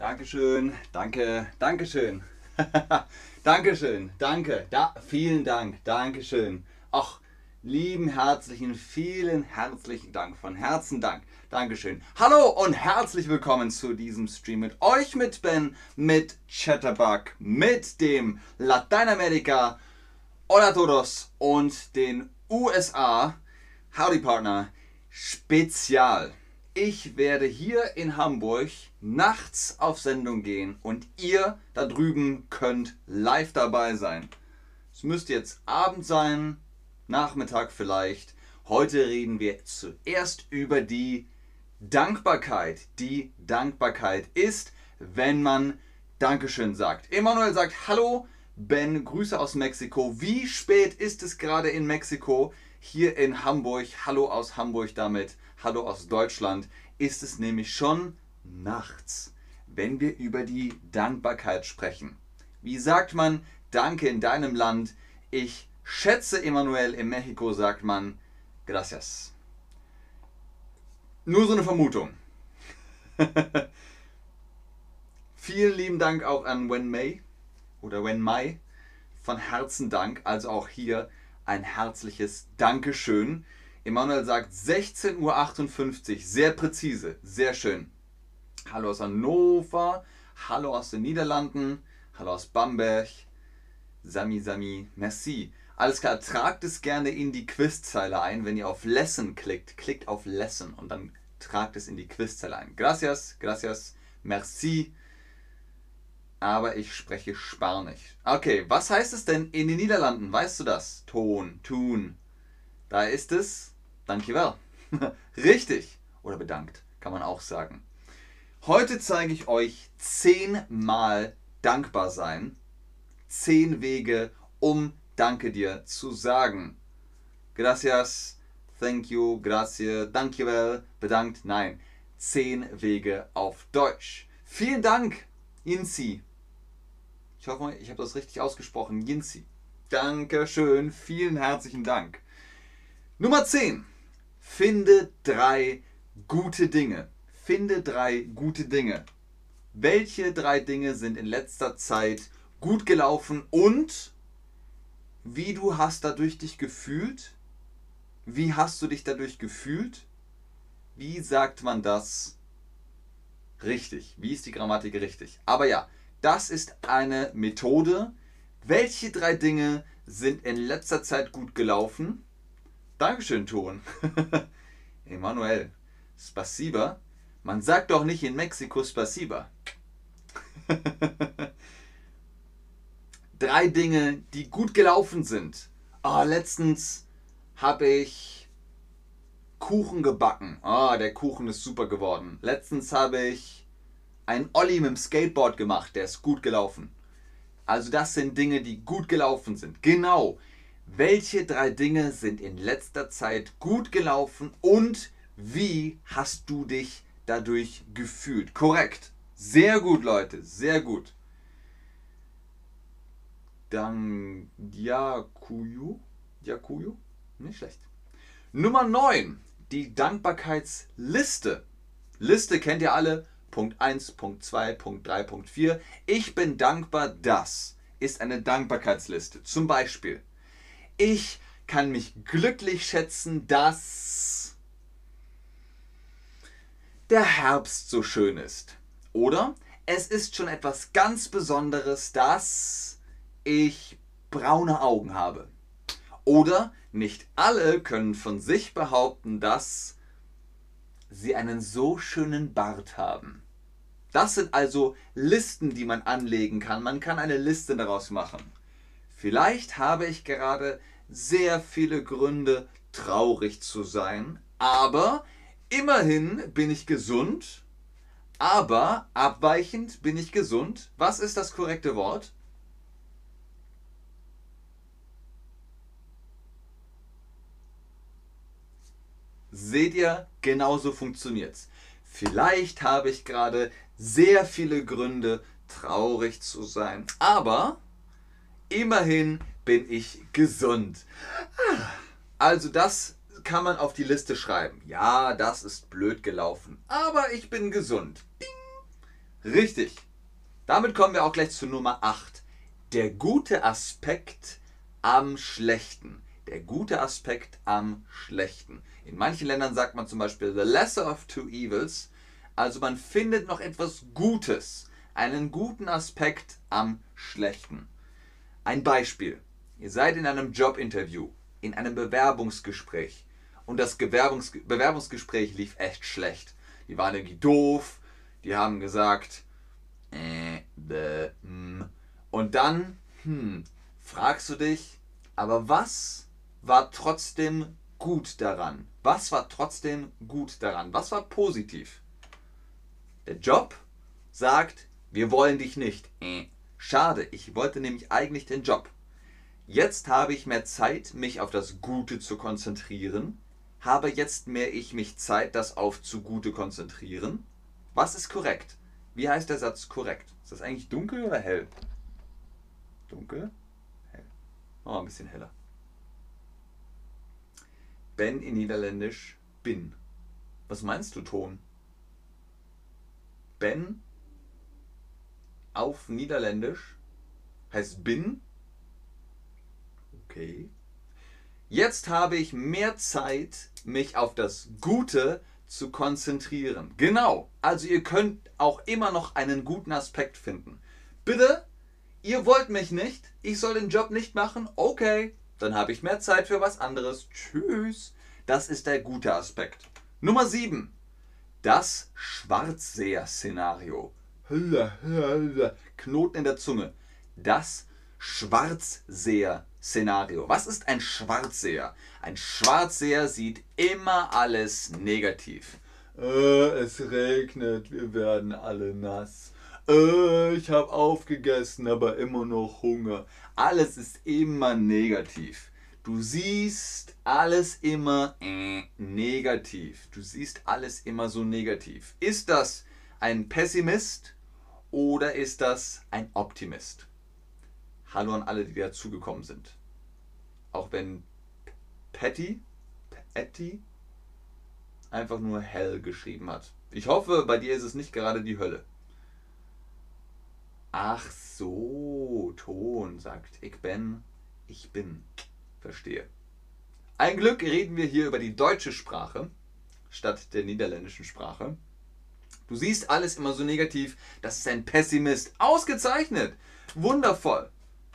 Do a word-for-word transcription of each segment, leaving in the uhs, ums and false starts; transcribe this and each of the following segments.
Dankeschön, danke, Dankeschön. Dankeschön, danke, da, vielen Dank, Dankeschön. Ach, lieben herzlichen, vielen herzlichen Dank, von Herzen Dank, Dankeschön. Hallo und herzlich willkommen zu diesem Stream mit euch, mit Ben, mit Chatterbug, mit dem Lateinamerika, Hola todos und den U S A, Howdy Partner, Spezial. Ich werde hier in Hamburg nachts auf Sendung gehen und ihr da drüben könnt live dabei sein. Es müsste jetzt Abend sein, Nachmittag vielleicht. Heute reden wir zuerst über die Dankbarkeit. Die Dankbarkeit ist, wenn man Dankeschön sagt. Emanuel sagt Hallo, Ben, Grüße aus Mexiko. Wie spät ist es gerade in Mexiko? Hier in Hamburg, hallo aus Hamburg damit, hallo aus Deutschland, ist es nämlich schon nachts, wenn wir über die Dankbarkeit sprechen. Wie sagt man Danke in deinem Land? Ich schätze, Emanuel, in Mexiko sagt man Gracias. Nur so eine Vermutung. Vielen lieben Dank auch an Wen Mei oder Wen Mai. Von Herzen Dank, also auch hier ein herzliches Dankeschön. Emanuel sagt sechzehn Uhr achtundfünfzig, sehr präzise, sehr schön. Hallo aus Hannover, hallo aus den Niederlanden, hallo aus Bamberg, Sami, Sami, merci. Alles klar, tragt es gerne in die Quizzeile ein, wenn ihr auf Lesson klickt, klickt auf Lesson und dann tragt es in die Quizzeile ein. Gracias, gracias, merci. Aber ich spreche Spanisch. Okay, was heißt es denn in den Niederlanden? Weißt du das? Ton, tun. Da ist es Dankjewel. Richtig. Oder bedankt, kann man auch sagen. Heute zeige ich euch zehnmal dankbar sein. Zehn Wege, um Danke dir zu sagen. Gracias, thank you, grazie, dankjewel, bedankt. Nein, zehn Wege auf Deutsch. Vielen Dank, Yinsi. Ich hoffe, ich habe das richtig ausgesprochen. Yinsi. Dankeschön, vielen herzlichen Dank. Nummer zehn. Finde drei gute Dinge. Finde drei gute Dinge. Welche drei Dinge sind in letzter Zeit gut gelaufen und wie du hast dadurch dich gefühlt? Wie hast du dich dadurch gefühlt? Wie sagt man das richtig? Wie ist die Grammatik richtig? Aber ja, das ist eine Methode. Welche drei Dinge sind in letzter Zeit gut gelaufen? Dankeschön, Ton. Emanuel, Spasiba. Man sagt doch nicht in Mexiko Spasiba. Drei Dinge, die gut gelaufen sind. Oh, letztens habe ich Kuchen gebacken. Ah, oh, der Kuchen ist super geworden. Letztens habe ich einen Olli mit dem Skateboard gemacht. Der ist gut gelaufen. Also das sind Dinge, die gut gelaufen sind. Genau. Welche drei Dinge sind in letzter Zeit gut gelaufen und wie hast du dich dadurch gefühlt? Korrekt. Sehr gut, Leute. Sehr gut. Dann Diakuyu. Diakuyu? Nicht schlecht. Nummer neun. Die Dankbarkeitsliste. Liste kennt ihr alle. Punkt eins, Punkt zwei, Punkt drei, Punkt vier. Ich bin dankbar, dass ist eine Dankbarkeitsliste. Zum Beispiel, ich kann mich glücklich schätzen, dass der Herbst so schön ist. Oder es ist schon etwas ganz Besonderes, dass ich braune Augen habe. Oder nicht alle können von sich behaupten, dass sie einen so schönen Bart haben. Das sind also Listen, die man anlegen kann. Man kann eine Liste daraus machen. Vielleicht habe ich gerade sehr viele Gründe, traurig zu sein, aber immerhin bin ich gesund, aber abweichend bin ich gesund. Was ist das korrekte Wort? Seht ihr, genauso funktioniert's. Vielleicht habe ich gerade sehr viele Gründe, traurig zu sein, aber immerhin bin ich gesund. Also das kann man auf die Liste schreiben. Ja, das ist blöd gelaufen, aber ich bin gesund. Ding. Richtig. Damit kommen wir auch gleich zu Nummer acht. Der gute Aspekt am Schlechten. Der gute Aspekt am Schlechten. In manchen Ländern sagt man zum Beispiel the lesser of two evils. Also man findet noch etwas Gutes, einen guten Aspekt am Schlechten. Ein Beispiel. Ihr seid in einem Jobinterview, in einem Bewerbungsgespräch und das Bewerbungs Bewerbungsgespräch lief echt schlecht. Die waren irgendwie doof, die haben gesagt, äh, bäh, hm. Und dann hm, fragst du dich, aber was war trotzdem gut daran? Was war trotzdem gut daran? Was war positiv? Der Job sagt, wir wollen dich nicht. Äh, schade, ich wollte nämlich eigentlich den Job. Jetzt habe ich mehr Zeit, mich auf das Gute zu konzentrieren. Habe jetzt mehr ich mich Zeit, das auf zu Gute konzentrieren. Was ist korrekt? Wie heißt der Satz korrekt? Ist das eigentlich dunkel oder hell? Dunkel? Hell. Oh, ein bisschen heller. Ben in Niederländisch bin. Was meinst du, Ton? Ben auf Niederländisch heißt bin. Okay. Jetzt habe ich mehr Zeit, mich auf das Gute zu konzentrieren. Genau. Also ihr könnt auch immer noch einen guten Aspekt finden. Bitte, ihr wollt mich nicht, ich soll den Job nicht machen. Okay, dann habe ich mehr Zeit für was anderes. Tschüss. Das ist der gute Aspekt. Nummer sieben. Das Schwarzseher-Szenario. Knoten in der Zunge. Das Schwarzseher-Szenario. Was ist ein Schwarzseher? Ein Schwarzseher sieht immer alles negativ. Äh, es regnet, wir werden alle nass. Äh, ich habe aufgegessen, aber immer noch Hunger. Alles ist immer negativ. Du siehst alles immer äh, negativ. Du siehst alles immer so negativ. Ist das ein Pessimist oder ist das ein Optimist? Hallo an alle, die dazugekommen sind. Auch wenn Patty, Patty einfach nur hell geschrieben hat. Ich hoffe, bei dir ist es nicht gerade die Hölle. Ach so, Ton sagt ich bin, ich bin. Verstehe. Ein Glück reden wir hier über die deutsche Sprache statt der niederländischen Sprache. Du siehst alles immer so negativ, das ist ein Pessimist. Ausgezeichnet! Wundervoll!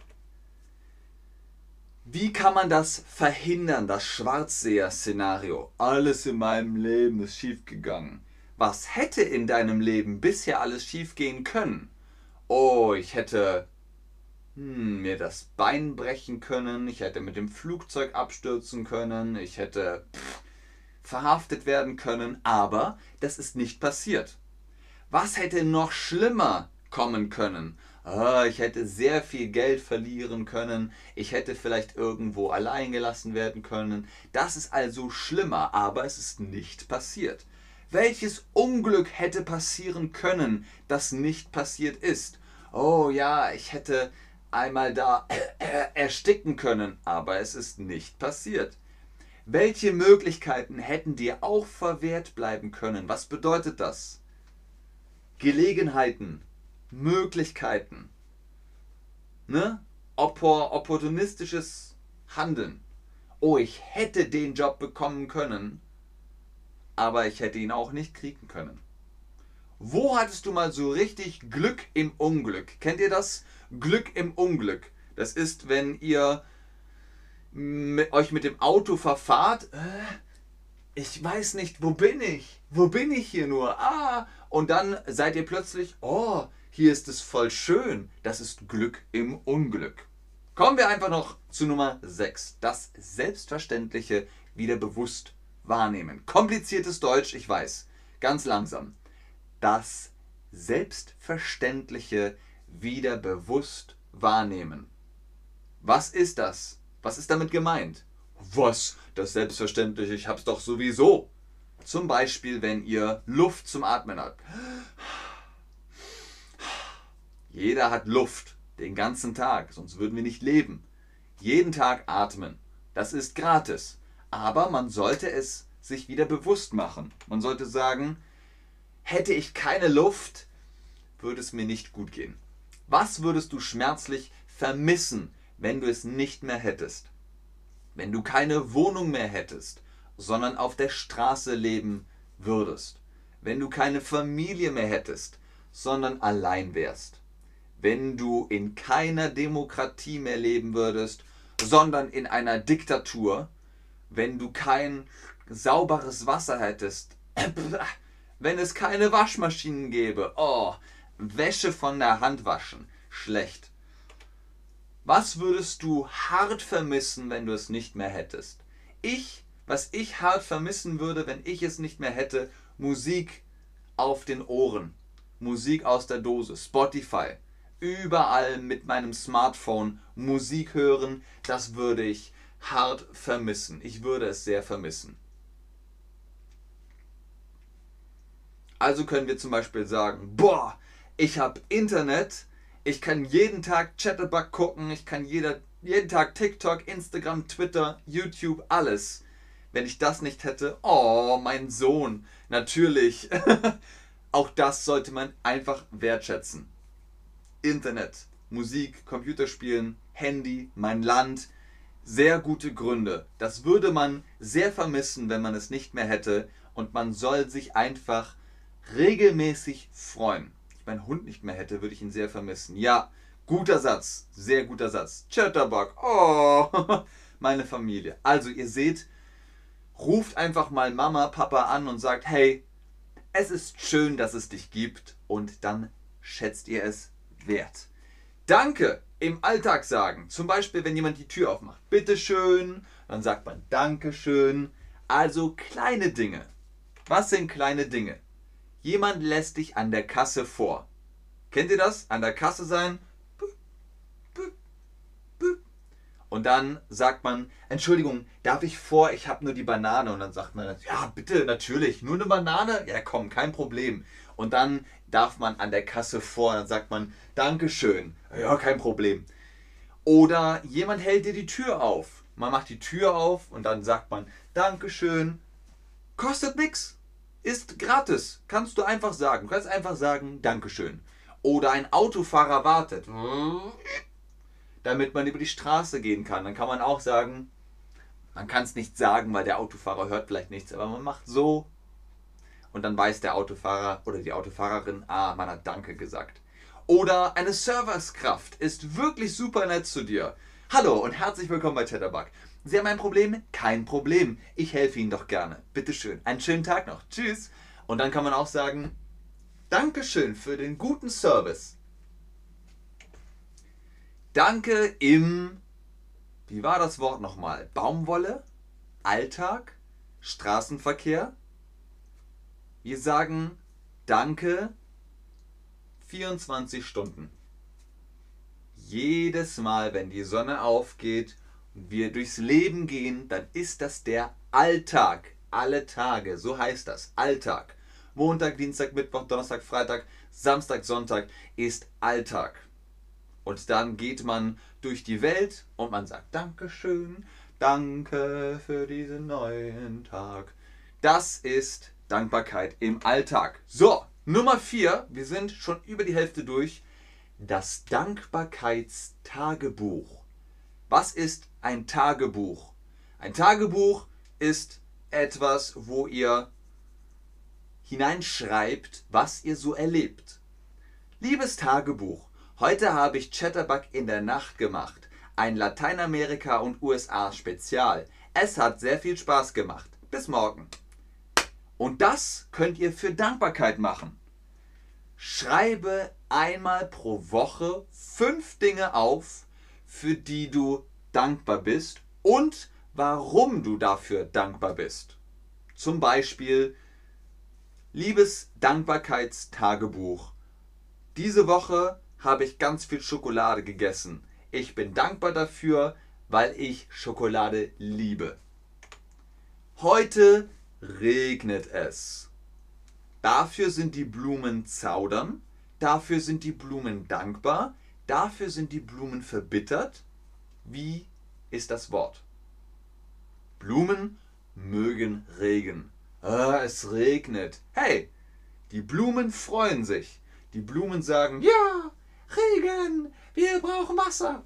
Wie kann man das verhindern, das Schwarzseher-Szenario? Alles in meinem Leben ist schiefgegangen. Was hätte in deinem Leben bisher alles schiefgehen können? Oh, ich hätte hm, mir das Bein brechen können, ich hätte mit dem Flugzeug abstürzen können, ich hätte pff, verhaftet werden können, aber das ist nicht passiert. Was hätte noch schlimmer kommen können? Oh, ich hätte sehr viel Geld verlieren können, ich hätte vielleicht irgendwo allein gelassen werden können. Das ist also schlimmer, aber es ist nicht passiert. Welches Unglück hätte passieren können, das nicht passiert ist? Oh ja, ich hätte einmal da ersticken können, aber es ist nicht passiert. Welche Möglichkeiten hätten dir auch verwehrt bleiben können? Was bedeutet das? Gelegenheiten, Möglichkeiten, ne? Oppor opportunistisches Handeln. Oh, ich hätte den Job bekommen können, aber ich hätte ihn auch nicht kriegen können. Wo hattest du mal so richtig Glück im Unglück? Kennt ihr das? Glück im Unglück. Das ist, wenn ihr mit, euch mit dem Auto verfahrt. Äh, ich weiß nicht, wo bin ich? Wo bin ich hier nur? Ah! Und dann seid ihr plötzlich, oh, hier ist es voll schön. Das ist Glück im Unglück. Kommen wir einfach noch zu Nummer sechs. Das Selbstverständliche wieder bewusst wahrnehmen. Kompliziertes Deutsch, ich weiß. Ganz langsam. Das Selbstverständliche wieder bewusst wahrnehmen. Was ist das? Was ist damit gemeint? Was? Das Selbstverständliche, ich hab's doch sowieso. Zum Beispiel, wenn ihr Luft zum Atmen habt. Jeder hat Luft den ganzen Tag, sonst würden wir nicht leben. Jeden Tag atmen. Das ist gratis. Aber man sollte es sich wieder bewusst machen. Man sollte sagen, hätte ich keine Luft, würde es mir nicht gut gehen. Was würdest du schmerzlich vermissen, wenn du es nicht mehr hättest? Wenn du keine Wohnung mehr hättest, sondern auf der Straße leben würdest. Wenn du keine Familie mehr hättest, sondern allein wärst. Wenn du in keiner Demokratie mehr leben würdest, sondern in einer Diktatur. Wenn du kein sauberes Wasser hättest. Wenn es keine Waschmaschinen gäbe. Oh, Wäsche von der Hand waschen. Schlecht. Was würdest du hart vermissen, wenn du es nicht mehr hättest? Ich, was ich hart vermissen würde, wenn ich es nicht mehr hätte, Musik auf den Ohren. Musik aus der Dose, Spotify. Überall mit meinem Smartphone Musik hören, das würde ich hart vermissen. Ich würde es sehr vermissen. Also können wir zum Beispiel sagen, boah, ich habe Internet, ich kann jeden Tag Chatterbug gucken, ich kann jeder, jeden Tag TikTok, Instagram, Twitter, YouTube, alles. Wenn ich das nicht hätte, oh, mein Sohn, natürlich. Auch das sollte man einfach wertschätzen. Internet, Musik, Computerspielen, Handy, mein Land, sehr gute Gründe. Das würde man sehr vermissen, wenn man es nicht mehr hätte, und man soll sich einfach regelmäßig freuen. Wenn ich meinen Hund nicht mehr hätte, würde ich ihn sehr vermissen. Ja, guter Satz, sehr guter Satz. Chatterbug, oh, meine Familie. Also ihr seht, ruft einfach mal Mama, Papa an und sagt, hey, es ist schön, dass es dich gibt, und dann schätzt ihr es wert. Danke im Alltag sagen. Zum Beispiel, wenn jemand die Tür aufmacht. Bitteschön. Dann sagt man Dankeschön. Also kleine Dinge. Was sind kleine Dinge? Jemand lässt dich an der Kasse vor. Kennt ihr das? An der Kasse sein. Und dann sagt man, Entschuldigung, darf ich vor? Ich habe nur die Banane. Und dann sagt man, ja bitte, natürlich, nur eine Banane? Ja komm, kein Problem. Und dann darf man an der Kasse vor. Dann sagt man, Dankeschön. Ja, kein Problem. Oder jemand hält dir die Tür auf. Man macht die Tür auf und dann sagt man, Dankeschön. Kostet nichts. Ist gratis. Kannst du einfach sagen. Du kannst einfach sagen, Dankeschön. Oder ein Autofahrer wartet, damit man über die Straße gehen kann. Dann kann man auch sagen, man kann es nicht sagen, weil der Autofahrer hört vielleicht nichts, aber man macht so. Und dann weiß der Autofahrer oder die Autofahrerin, ah, man hat Danke gesagt. Oder eine Servicekraft ist wirklich super nett zu dir. Hallo und herzlich willkommen bei Chatterbug. Sie haben ein Problem? Kein Problem. Ich helfe Ihnen doch gerne. Bitteschön. Einen schönen Tag noch. Tschüss. Und dann kann man auch sagen, Dankeschön für den guten Service. Danke im, wie war das Wort nochmal? Baumwolle, Alltag, Straßenverkehr. Wir sagen Danke vierundzwanzig Stunden. Jedes Mal, wenn die Sonne aufgeht und wir durchs Leben gehen, dann ist das der Alltag. Alle Tage, so heißt das, Alltag. Montag, Dienstag, Mittwoch, Donnerstag, Freitag, Samstag, Sonntag ist Alltag. Und dann geht man durch die Welt und man sagt Dankeschön, danke für diesen neuen Tag. Das ist Dankbarkeit im Alltag. So, Nummer vier, wir sind schon über die Hälfte durch. Das Dankbarkeitstagebuch. Was ist ein Tagebuch? Ein Tagebuch ist etwas, wo ihr hineinschreibt, was ihr so erlebt. Liebes Tagebuch, heute habe ich Chatterbug in der Nacht gemacht. Ein Lateinamerika- und U S A-Spezial. Es hat sehr viel Spaß gemacht. Bis morgen. Und das könnt ihr für Dankbarkeit machen. Schreibe einmal pro Woche fünf Dinge auf, für die du dankbar bist und warum du dafür dankbar bist. Zum Beispiel, liebes Dankbarkeitstagebuch. Diese Woche habe ich ganz viel Schokolade gegessen. Ich bin dankbar dafür, weil ich Schokolade liebe. Heute regnet es. Dafür sind die Blumen zaudern, dafür sind die Blumen dankbar, dafür sind die Blumen verbittert. Wie ist das Wort? Blumen mögen Regen. Ah, es regnet. Hey, die Blumen freuen sich. Die Blumen sagen, ja, Regen, wir brauchen Wasser.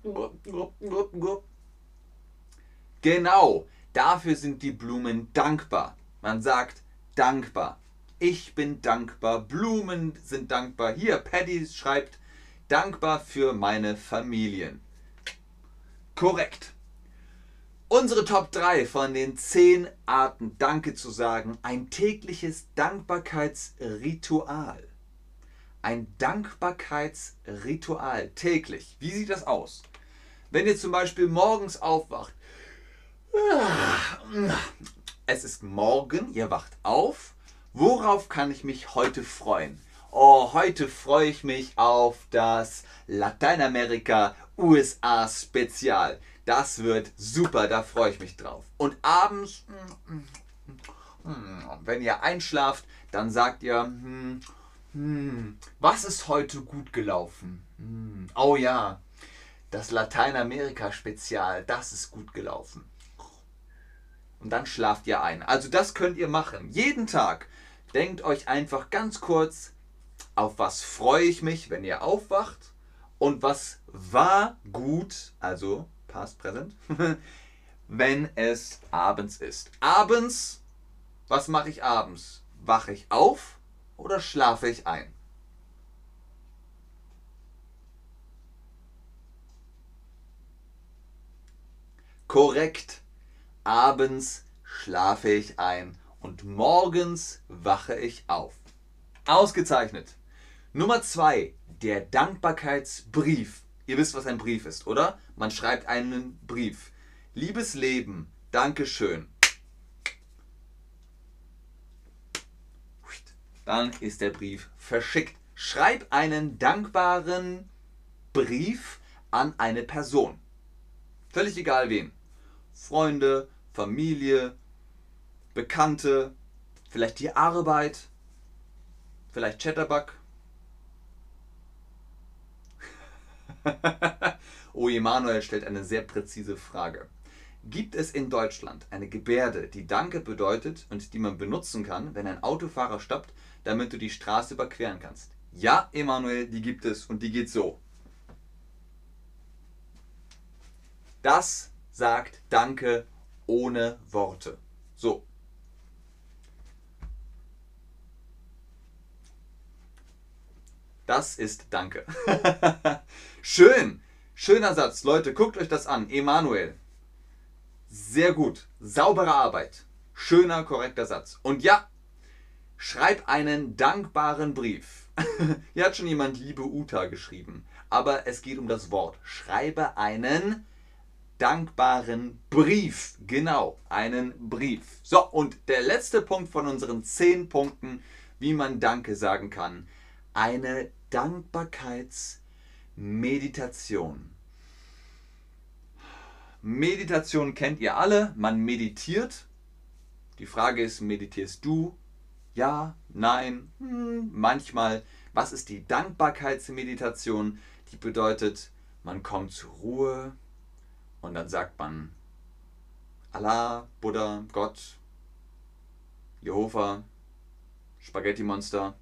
Genau, dafür sind die Blumen dankbar. Man sagt dankbar. Ich bin dankbar, Blumen sind dankbar. Hier, Paddy schreibt, dankbar für meine Familien. Korrekt. Unsere Top drei von den zehn Arten, Danke zu sagen. Ein tägliches Dankbarkeitsritual. Ein Dankbarkeitsritual täglich. Wie sieht das aus? Wenn ihr zum Beispiel morgens aufwacht. Es ist morgen, ihr wacht auf. Worauf kann ich mich heute freuen? Oh, heute freue ich mich auf das Lateinamerika-U S A-Spezial. Das wird super, da freue ich mich drauf. Und abends, wenn ihr einschlaft, dann sagt ihr, hm, hm, was ist heute gut gelaufen? Hm, oh ja, das Lateinamerika-Spezial, das ist gut gelaufen. Und dann schlaft ihr ein. Also das könnt ihr machen. Jeden Tag denkt euch einfach ganz kurz, auf was freue ich mich, wenn ihr aufwacht und was war gut, also past, present, wenn es abends ist. Abends, was mache ich abends? Wache ich auf oder schlafe ich ein? Korrekt. Abends schlafe ich ein und morgens wache ich auf. Ausgezeichnet. Nummer zwei, der Dankbarkeitsbrief. Ihr wisst, was ein Brief ist, oder? Man schreibt einen Brief. Liebes Leben, Dankeschön. Dann ist der Brief verschickt. Schreib einen dankbaren Brief an eine Person. Völlig egal wen. Freunde, Familie, Bekannte, vielleicht die Arbeit, vielleicht Chatterbug. Oh, Emanuel stellt eine sehr präzise Frage. Gibt es in Deutschland eine Gebärde, die Danke bedeutet und die man benutzen kann, wenn ein Autofahrer stoppt, damit du die Straße überqueren kannst? Ja, Emanuel, die gibt es und die geht so. Das sagt Danke ohne Worte. So. Das ist Danke. Schön. Schöner Satz. Leute, guckt euch das an. Emanuel. Sehr gut. Saubere Arbeit. Schöner, korrekter Satz. Und ja, schreib einen dankbaren Brief. Hier hat schon jemand liebe Uta geschrieben. Aber es geht um das Wort. Schreibe einen dankbaren Brief. Genau, einen Brief. So, und der letzte Punkt von unseren zehn Punkten, wie man Danke sagen kann. Eine Dankbarkeitsmeditation. Meditation kennt ihr alle. Man meditiert. Die Frage ist, meditierst du? Ja, nein, hm, manchmal. Was ist die Dankbarkeitsmeditation? Die bedeutet, man kommt zur Ruhe und dann sagt man Allah, Buddha, Gott, Jehova, Spaghetti-Monster.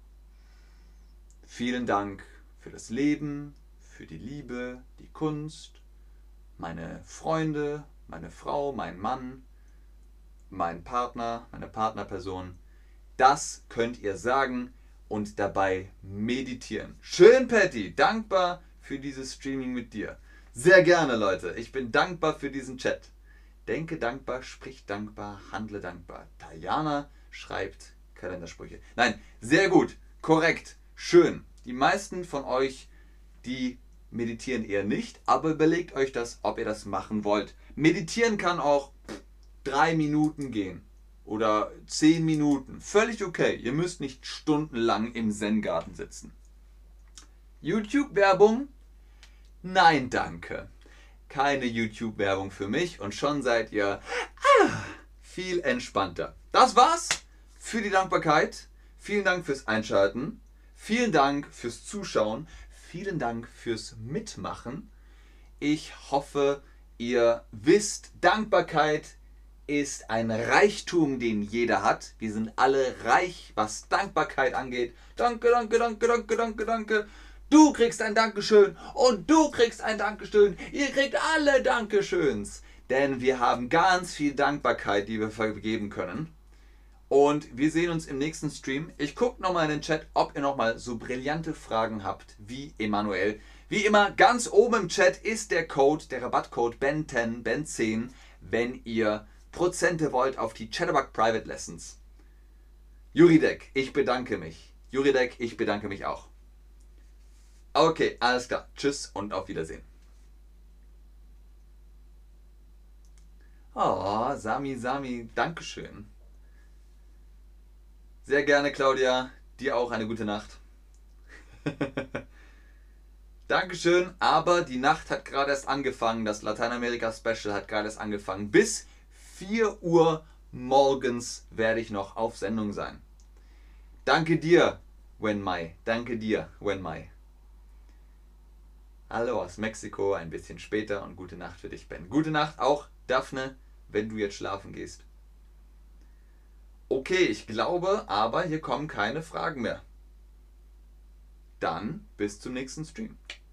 Vielen Dank für das Leben, für die Liebe, die Kunst, meine Freunde, meine Frau, mein Mann, mein Partner, meine Partnerperson. Das könnt ihr sagen und dabei meditieren. Schön, Patty. Dankbar für dieses Streaming mit dir. Sehr gerne, Leute. Ich bin dankbar für diesen Chat. Denke dankbar, sprich dankbar, handle dankbar. Tajana schreibt Kalendersprüche. Nein, sehr gut. Korrekt. Schön. Die meisten von euch, die meditieren eher nicht, aber überlegt euch das, ob ihr das machen wollt. Meditieren kann auch drei Minuten gehen oder zehn Minuten. Völlig okay. Ihr müsst nicht stundenlang im Zen-Garten sitzen. YouTube-Werbung? Nein, danke. Keine YouTube-Werbung für mich und schon seid ihr ah, viel entspannter. Das war's für die Dankbarkeit. Vielen Dank fürs Einschalten. Vielen Dank fürs Zuschauen. Vielen Dank fürs Mitmachen. Ich hoffe, ihr wisst, Dankbarkeit ist ein Reichtum, den jeder hat. Wir sind alle reich, was Dankbarkeit angeht. Danke, danke, danke, danke, danke, danke. Du kriegst ein Dankeschön und du kriegst ein Dankeschön. Ihr kriegt alle Dankeschöns. Denn wir haben ganz viel Dankbarkeit, die wir vergeben können. Und wir sehen uns im nächsten Stream. Ich gucke nochmal in den Chat, ob ihr nochmal so brillante Fragen habt wie Emanuel. Wie immer, ganz oben im Chat ist der Code, der Rabattcode Ben zehn, Ben zehn, wenn ihr Prozente wollt auf die Chatterbug Private Lessons. Juridek, ich bedanke mich. Juridek, ich bedanke mich auch. Okay, alles klar. Tschüss und auf Wiedersehen. Oh, Sami, Sami, Dankeschön. Sehr gerne, Claudia. Dir auch eine gute Nacht. Dankeschön, aber die Nacht hat gerade erst angefangen. Das Lateinamerika-Special hat gerade erst angefangen. Bis vier Uhr morgens werde ich noch auf Sendung sein. Danke dir, Wen Mai. Danke dir, Wen Mai. Hallo aus Mexiko, ein bisschen später und gute Nacht für dich, Ben. Gute Nacht auch, Daphne, wenn du jetzt schlafen gehst. Okay, ich glaube, aber hier kommen keine Fragen mehr. Dann bis zum nächsten Stream.